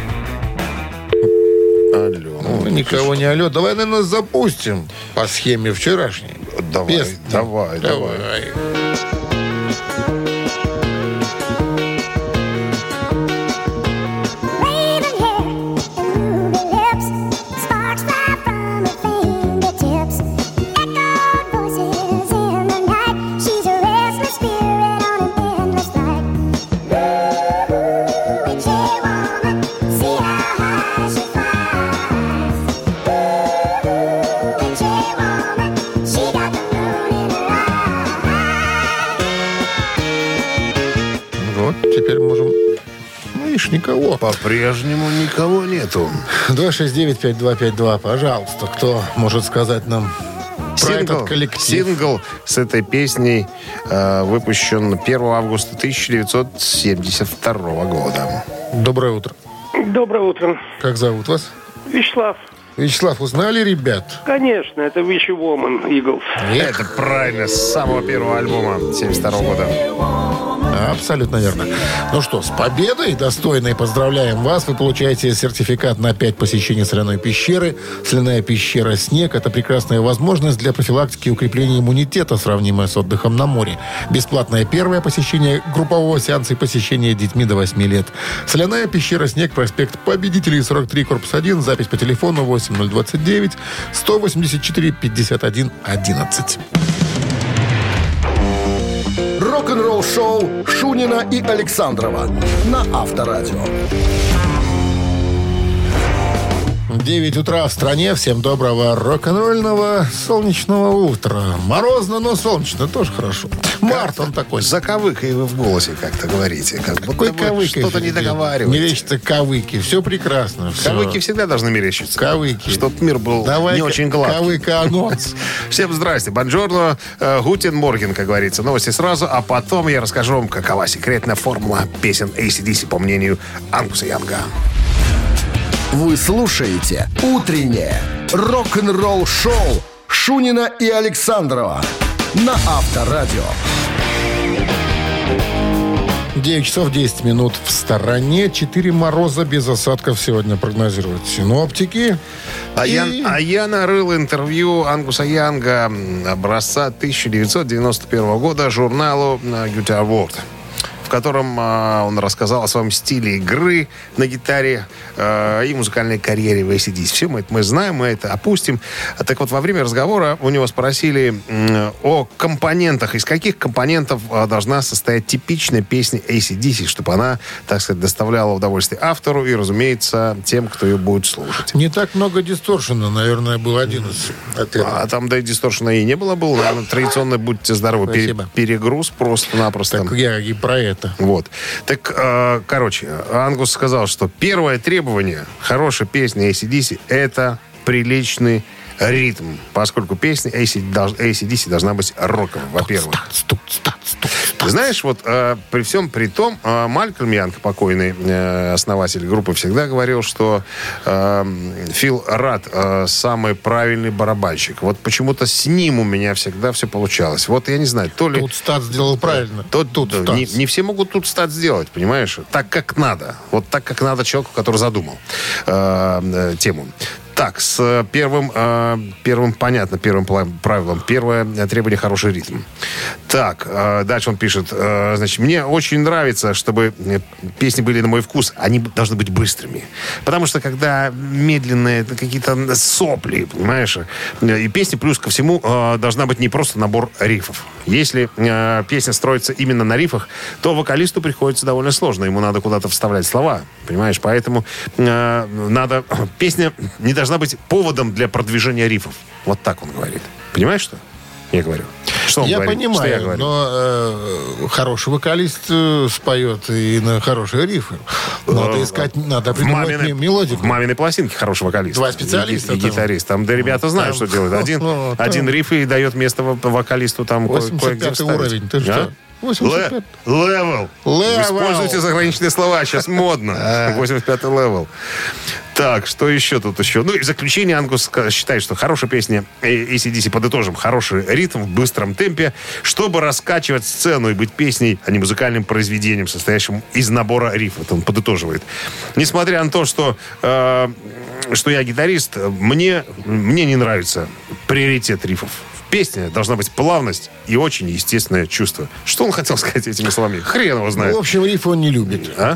S2: Никого не алло. Давай, наверное, запустим по схеме вчерашней.
S3: Давай.
S7: She got the moon in her
S2: теперь можем... Ну, видишь, никого.
S3: По-прежнему никого нету.
S2: 269-5252, пожалуйста. Кто может сказать нам про этот коллектив?
S3: Сингл с этой песней выпущен 1 августа 1972 года.
S2: Доброе утро.
S6: Доброе утро.
S2: Как зовут вас?
S6: Вячеслав.
S2: Вячеслав, узнали ребят?
S6: Конечно, это Wish You Woman, Eagles.
S3: Это правильно, с самого первого альбома 1972 года.
S2: Абсолютно верно. Ну что, с победой достойной поздравляем вас. Вы получаете сертификат на 5 посещений соляной пещеры. Соляная пещера «Снег» — это прекрасная возможность для профилактики и укрепления иммунитета, сравнимая с отдыхом на море. Бесплатное первое посещение группового сеанса и посещение детьми до 8 лет. Соляная пещера «Снег», проспект Победителей, 43, корпус 1. Запись по телефону 8029 184 51 11.
S1: Рок-н-ролл-шоу Шунина и Александрова на Авторадио.
S2: 9 утра в стране. Всем доброго рок-н-ролльного солнечного утра. Морозно, но солнечно. Тоже хорошо. Март он такой.
S3: Заковыкой вы в голосе как-то говорите. Как
S2: Какой
S3: будто вы что-то не договариваете.
S2: Мерещится кавыки. Все прекрасно. Все.
S3: Кавыки всегда должны мерещиться.
S2: Кавыки.
S3: Чтоб мир был не очень гладкий.
S2: Кавыка анонс.
S3: Всем здрасте. Бонжорно. Гутен Морген, как говорится. Новости сразу. А потом я расскажу вам, какова секретная формула песен AC/DC, по мнению Ангуса Янга.
S1: Вы слушаете «Утреннее рок-н-ролл-шоу» Шунина и Александрова на Авторадио.
S2: 9 часов 10 минут в стороне. 4 мороза без осадков сегодня прогнозируют синоптики.
S3: А я нарыл интервью Ангуса Янга образца 1991 года журналу Guitar World, в котором он рассказал о своем стиле игры на гитаре и музыкальной карьере в AC/DC. Все мы знаем, мы это опустим. Так вот, во время разговора у него спросили о компонентах. Из каких компонентов должна состоять типичная песня AC/DC, чтобы она, так сказать, доставляла удовольствие автору и, разумеется, тем, кто ее будет слушать.
S2: Не так много дисторшена, наверное, был один из ответов.
S3: А там, да, и дисторшена и не было. Был, наверное, традиционно, будьте здоровы, перегруз просто-напросто.
S2: Так я и про это.
S3: Вот. Так, короче, Ангус сказал, что первое требование хорошей песни AC/DC — это приличный ритм, поскольку песня AC/DC должна быть роковой, во-первых. Знаешь, вот при всем при том, Малькольм Янг, покойный основатель группы, всегда говорил, что Фил Рад самый правильный барабанщик. Вот почему-то с ним у меня всегда все получалось. Вот я не знаю, то ли...
S2: Тут Стат сделал правильно.
S3: Не все могут тут Стат сделать, понимаешь? Так, как надо. Вот так, как надо человеку, который задумал тему. Так, с первым правилом. Первое требование — хороший ритм. Так, дальше он пишет. Значит, мне очень нравится, чтобы песни были на мой вкус. Они должны быть быстрыми. Потому что, когда медленные, какие-то сопли, понимаешь, и песня, плюс ко всему, должна быть не просто набор рифов. Если песня строится именно на рифах, то вокалисту приходится довольно сложно. Ему надо куда-то вставлять слова, понимаешь? Поэтому песня не должна быть поводом для продвижения рифов. Вот так он говорит. Понимаешь, что я говорю? Что он
S2: я
S3: говорит?
S2: Понимаю,
S3: что я говорю?
S2: Но хороший вокалист споет и на хорошие рифы. Надо искать, надо придумать мелодику.
S3: В «Маминой пластинке» хороший вокалист.
S2: Два специалиста.
S3: И гитарист. Там, да, ребята знают, что делают. Один риф и дает место вокалисту там кое-где вставить.
S2: Уровень. Ты что?
S3: 85. Левел. Используйте заграничные слова, сейчас модно. 85-й левел. Так, что еще тут еще? Ну и в заключение Ангус считает, что хорошая песня AC/DC, подытожим, хороший ритм в быстром темпе, чтобы раскачивать сцену и быть песней, а не музыкальным произведением, состоящим из набора рифов. Это он подытоживает. Несмотря на то, что я гитарист, мне не нравится приоритет рифов. Песня должна быть плавность и очень естественное чувство. Что он хотел сказать этими словами? Хрен его знает.
S2: Ну, в общем, риф он не любит.
S3: А?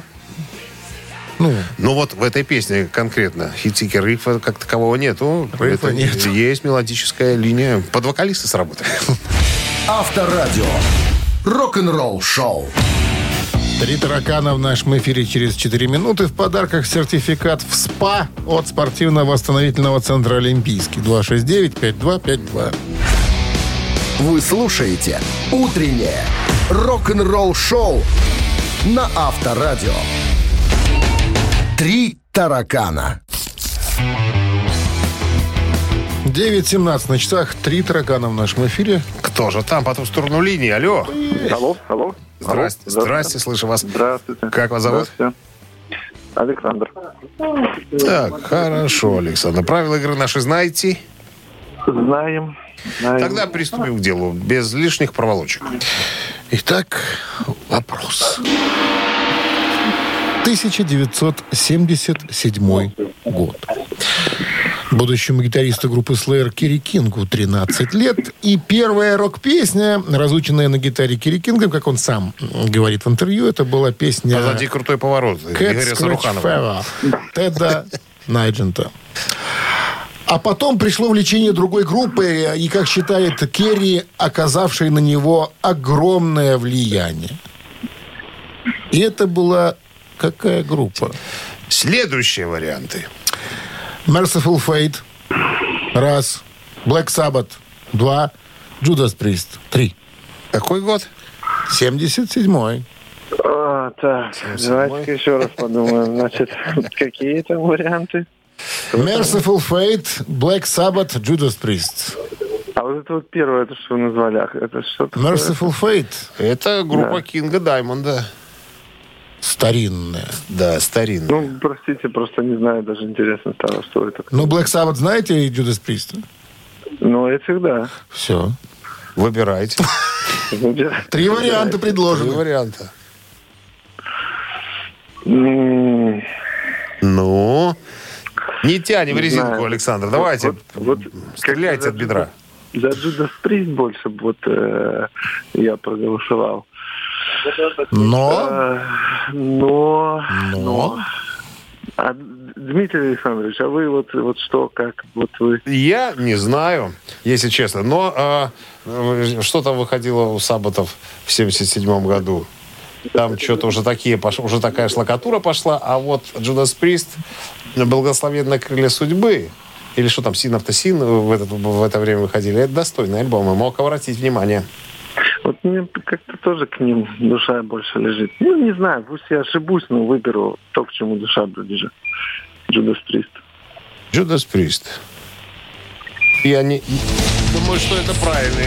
S3: Ну вот в этой песне конкретно хит-сики рифа как такового нету.
S2: Рифа нет.
S3: Есть мелодическая линия. Под вокалисты сработали.
S1: Авторадио. Рок-н-ролл шоу.
S2: 3 таракана в нашем эфире через 4 минуты. В подарках сертификат в СПА от спортивно-восстановительного центра «Олимпийский». 269-5252.
S1: Вы слушаете «Утреннее рок-н-ролл шоу» на Авторадио. «Три таракана».
S2: 9:17 на часах. 3 таракана в нашем эфире.
S3: Кто же там по ту сторону линии? Алло.
S5: Алло.
S3: Здрасте, слышу вас.
S5: Здравствуйте.
S3: Как вас зовут?
S5: Здравствуйте. Александр.
S3: Так, хорошо, Александр. Правила игры наши знаете?
S5: Знаем.
S3: Тогда приступим к делу, без лишних проволочек.
S2: Итак, вопрос. 1977 год. Будущему гитаристу группы Slayer Керри Кингу 13 лет. И первая рок-песня, разученная на гитаре Керри Кингом, как он сам говорит в интервью, это была песня
S3: Позади крутой поворот. Игоря Саруханова.
S2: Теда Найджента. А потом пришло влечение другой группы, и, как считает Керри, оказавшей на него огромное влияние. И это была какая группа?
S3: Следующие варианты.
S2: Merciful Fate. 1. Black Sabbath. 2. Judas Priest. 3.
S3: Какой год?
S2: 77-й.
S5: Так, давайте еще раз подумаем. Значит, какие там варианты?
S2: Merciful Fate, Black Sabbath, Judas Priest.
S5: А вот это вот первое, это что вы назвали? Это что такое?
S2: Merciful Fate.
S3: Это группа Кинга Даймонда.
S2: Старинная.
S3: Да, старинная.
S5: Ну, простите, просто не знаю, даже интересно стало, что это.
S2: Ну, Black Sabbath знаете и Judas Priest?
S5: Ну, этих да.
S2: Все.
S3: Выбирайте.
S2: 3 варианта
S3: 3
S2: предложены.
S3: варианта.
S5: М,
S3: Ну, не тянем
S5: Не
S3: резинку,
S5: знаю.
S3: Александр. Давайте,
S5: вот
S3: стреляйте
S5: как-то
S3: от бедра.
S5: За Judas Priest больше вот я проголосовал.
S2: Но.
S5: Но. А, Дмитрий Александрович, а вы вот что, как, вот вы...
S3: Я не знаю, если честно. Но что там выходило у Саббатов в 77 году? Там что-то уже уже такая шлакатура пошла. А вот Judas Priest, «Благословенные крылья судьбы», или что там, Sin of the Sin в это время выходили. Это достойный альбом, и мог обратить внимание.
S5: Вот мне как-то тоже к ним душа больше лежит. Ну, не знаю, пусть я ошибусь, но выберу то, к чему душа ближе. Judas Priest.
S3: Judas Priest. Я не думаю, что это правильный.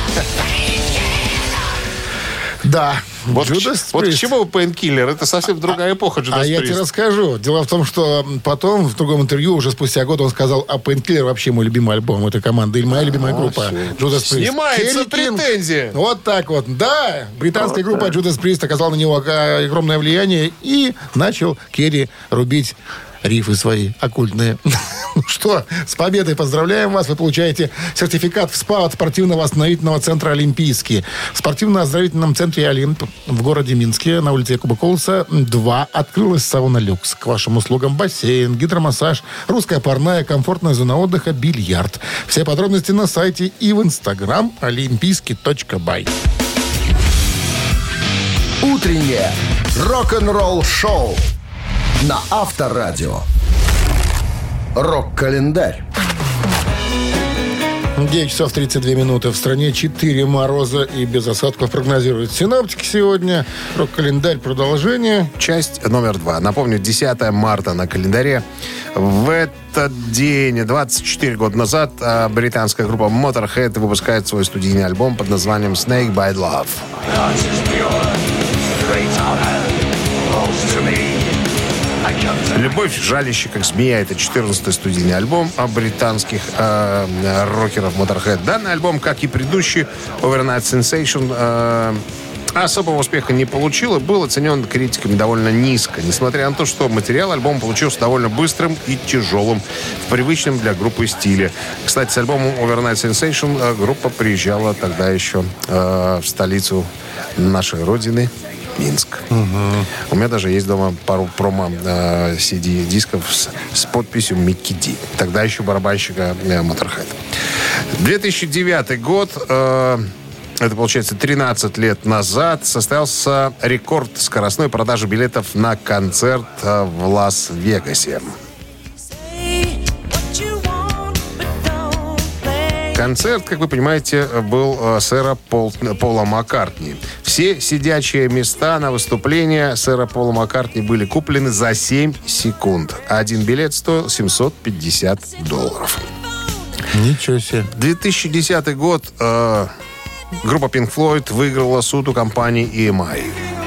S2: Да.
S3: Вот,
S2: Judas
S3: вот к
S2: Priest.
S3: чему Painkiller? Это совсем другая эпоха Judas
S2: А я
S3: Priest.
S2: тебе расскажу. Дело в том, что потом в другом интервью, уже спустя год, он сказал, а Painkiller вообще мой любимый альбом этой команды. Или моя любимая группа. Judas Priest.
S3: Снимается
S2: Керри Кинг.
S3: претензия.
S2: Вот так вот. Да, британская группа Judas Priest оказала на него огромное влияние. И начал Керри рубить рифы свои оккультные. Ну что, с победой поздравляем вас. Вы получаете сертификат в СПА от спортивно-восстановительного центра «Олимпийский». В спортивно-оздоровительном центре «Олимп» в городе Минске на улице Якуба Колоса 2 открылась сауна «Люкс». К вашим услугам бассейн, гидромассаж, русская парная, комфортная зона отдыха, бильярд. Все подробности на сайте и в инстаграм олимпийский.бай.
S1: Утреннее рок-н-ролл-шоу на Авторадио. Рок-календарь.
S2: 9 часов 32 минуты. В стране 4 мороза и без осадков прогнозируют синоптики сегодня. Рок-календарь, продолжение.
S3: Часть номер 2. Напомню, 10 марта на календаре. В этот день, 24 года назад, британская группа Motorhead выпускает свой студийный альбом под названием «Snake by Love». «Любовь, жалящая, как змея» — это 14-й студийный альбом британских рокеров Motorhead. Данный альбом, как и предыдущий Overnight Sensation, особого успеха не получил и был оценен критиками довольно низко, несмотря на то, что материал альбома получился довольно быстрым и тяжелым в привычном для группы стиле. Кстати, с альбомом Overnight Sensation группа приезжала тогда еще в столицу нашей родины, Минск. У меня даже есть дома пару промо-CD-дисков с подписью Микки Ди. Тогда еще барабанщика Motorhead. 2009 год, это получается 13 лет назад, состоялся рекорд скоростной продажи билетов на концерт в Лас-Вегасе. Концерт, как вы понимаете, был сэра Пола Маккартни. Все сидячие места на выступление сэра Пола Маккартни были куплены за 7 секунд. Один билет стоил $750.
S2: Ничего себе.
S3: 2010 год группа Pink Floyd выиграла суд у компании EMI.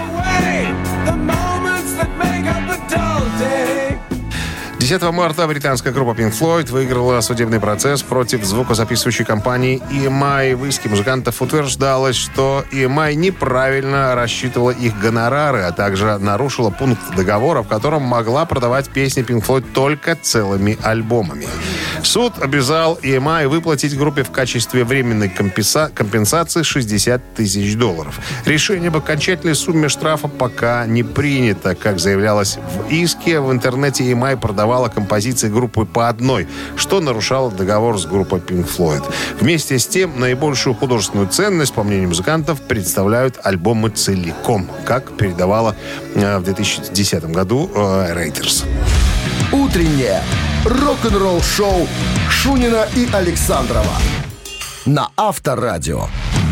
S3: 10 марта британская группа Pink Floyd выиграла судебный процесс против звукозаписывающей компании EMI. В иске музыкантов утверждалось, что EMI неправильно рассчитывала их гонорары, а также нарушила пункт договора, в котором могла продавать песни Pink Floyd только целыми альбомами. Суд обязал EMI выплатить группе в качестве временной компенсации $60 тысяч. Решение об окончательной сумме штрафа пока не принято. Как заявлялось в иске, в интернете EMI продавала композиции группы по одной, что нарушало договор с группой Pink Floyd. Вместе с тем, наибольшую художественную ценность, по мнению музыкантов, представляют альбомы целиком, как передавала в 2010 году Reuters.
S1: Утреннее рок-н-ролл-шоу Шунина и Александрова на Авторадио.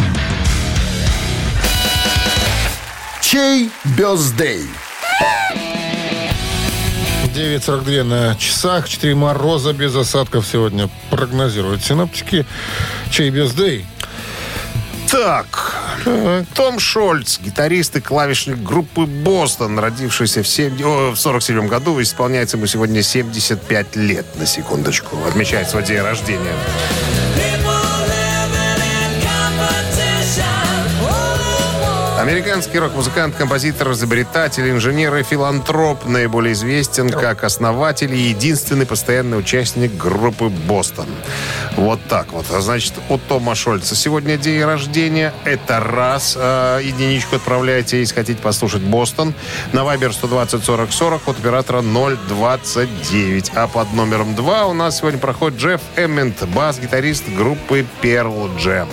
S1: Чей бёздей?
S2: 9:42 на часах. 4 мороза без осадков сегодня прогнозируют синоптики. Чей бёздей?
S3: Так, Том Шольц, гитарист и клавишник группы «Бостон», родившийся в 1947 году, исполняется ему сегодня 75 лет, на секундочку. Отмечает свой день рождения. Американский рок-музыкант, композитор, изобретатель, инженер и филантроп, наиболее известен как основатель и единственный постоянный участник группы «Бостон». Вот так вот. Значит, у Тома Шольца сегодня день рождения. Это раз. Единичку отправляйте, если хотите послушать «Бостон». На Viber 120 40 40 от оператора 029. А под номером 2 у нас сегодня проходит Джефф Эммент, бас-гитарист группы Pearl Jam.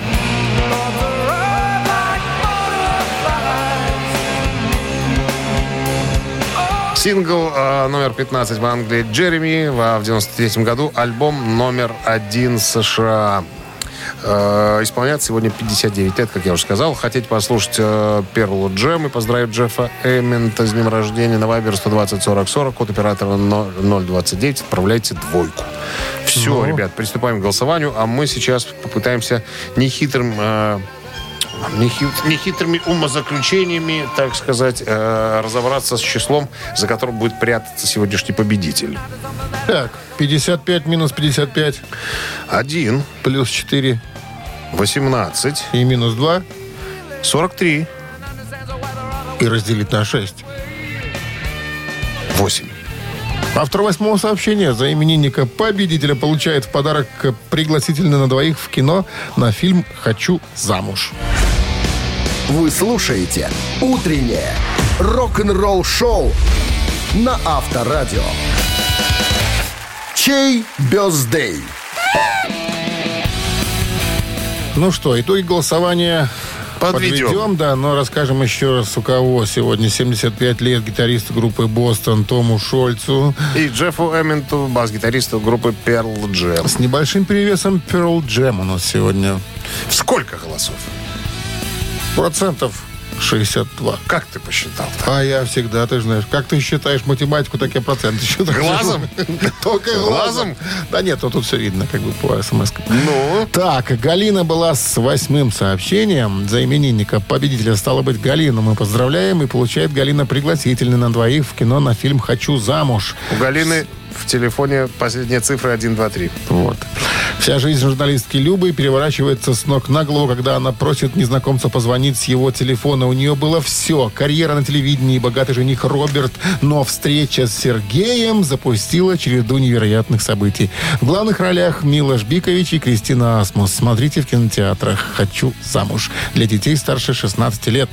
S3: Сингл номер 15 в Англии «Джереми», в 93 году альбом номер 1 США. Исполняется сегодня 59 лет, как я уже сказал. Хотите послушать Pearl Jam и поздравить Джеффа Эммента с днем рождения? На Viber 120 40 40 от оператора 029 отправляйте двойку. Все, ребят, приступаем к голосованию. А мы сейчас попытаемся нехитрыми умозаключениями, так сказать, разобраться с числом, за которым будет прятаться сегодняшний победитель.
S2: Так, 55 минус 55.
S3: 1.
S2: Плюс 4.
S3: 18.
S2: И минус 2.
S3: 43.
S2: И разделить на 6.
S3: 8.
S2: Автор 8-го сообщения за именинника победителя получает в подарок пригласительный на двоих в кино на фильм «Хочу замуж».
S1: Вы слушаете «Утреннее рок-н-ролл-шоу» на Авторадио. Чей бёздей?
S2: Ну что, итоги голосования подведем, да, но расскажем еще раз, у кого сегодня 75 лет гитаристу группы «Бостон» Тому Шольцу.
S3: И Джеффу Эмменту, бас-гитаристу группы Pearl Jam.
S2: С небольшим перевесом Pearl Jam у нас сегодня.
S3: Сколько голосов?
S2: 62%.
S3: Как ты посчитал?
S2: А я всегда, ты знаешь, как ты считаешь математику, так я проценты считаю.
S3: Глазом?
S2: Только глазом? Да нет, вот тут все видно, как бы по смс-кам.
S3: Ну?
S2: Так, Галина была с 8-м сообщением. За именинника победителя, стало быть, Галину мы поздравляем. И получает Галина пригласительный на двоих в кино на фильм «Хочу замуж».
S3: У Галины в телефоне последняя цифра 123.
S2: Вот. Вся жизнь журналистки Любы переворачивается с ног на голову, когда она просит незнакомца позвонить с его телефона. У нее было все. Карьера на телевидении, богатый жених Роберт. Но встреча с Сергеем запустила череду невероятных событий. В главных ролях Милош Бикович и Кристина Асмус. Смотрите в кинотеатрах «Хочу замуж». Для детей старше 16 лет.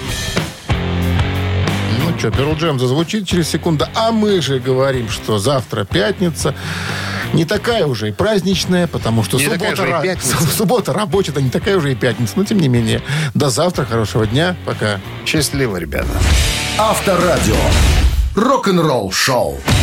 S2: Ну что, Pearl Jam зазвучит через секунду. А мы же говорим, что завтра пятница. Не такая уже и праздничная, потому что суббота рабочая, да не такая уже и пятница. Но тем не менее, до завтра, хорошего дня, пока.
S3: Счастливо, ребята.
S1: Авторадио. Рок-н-ролл шоу.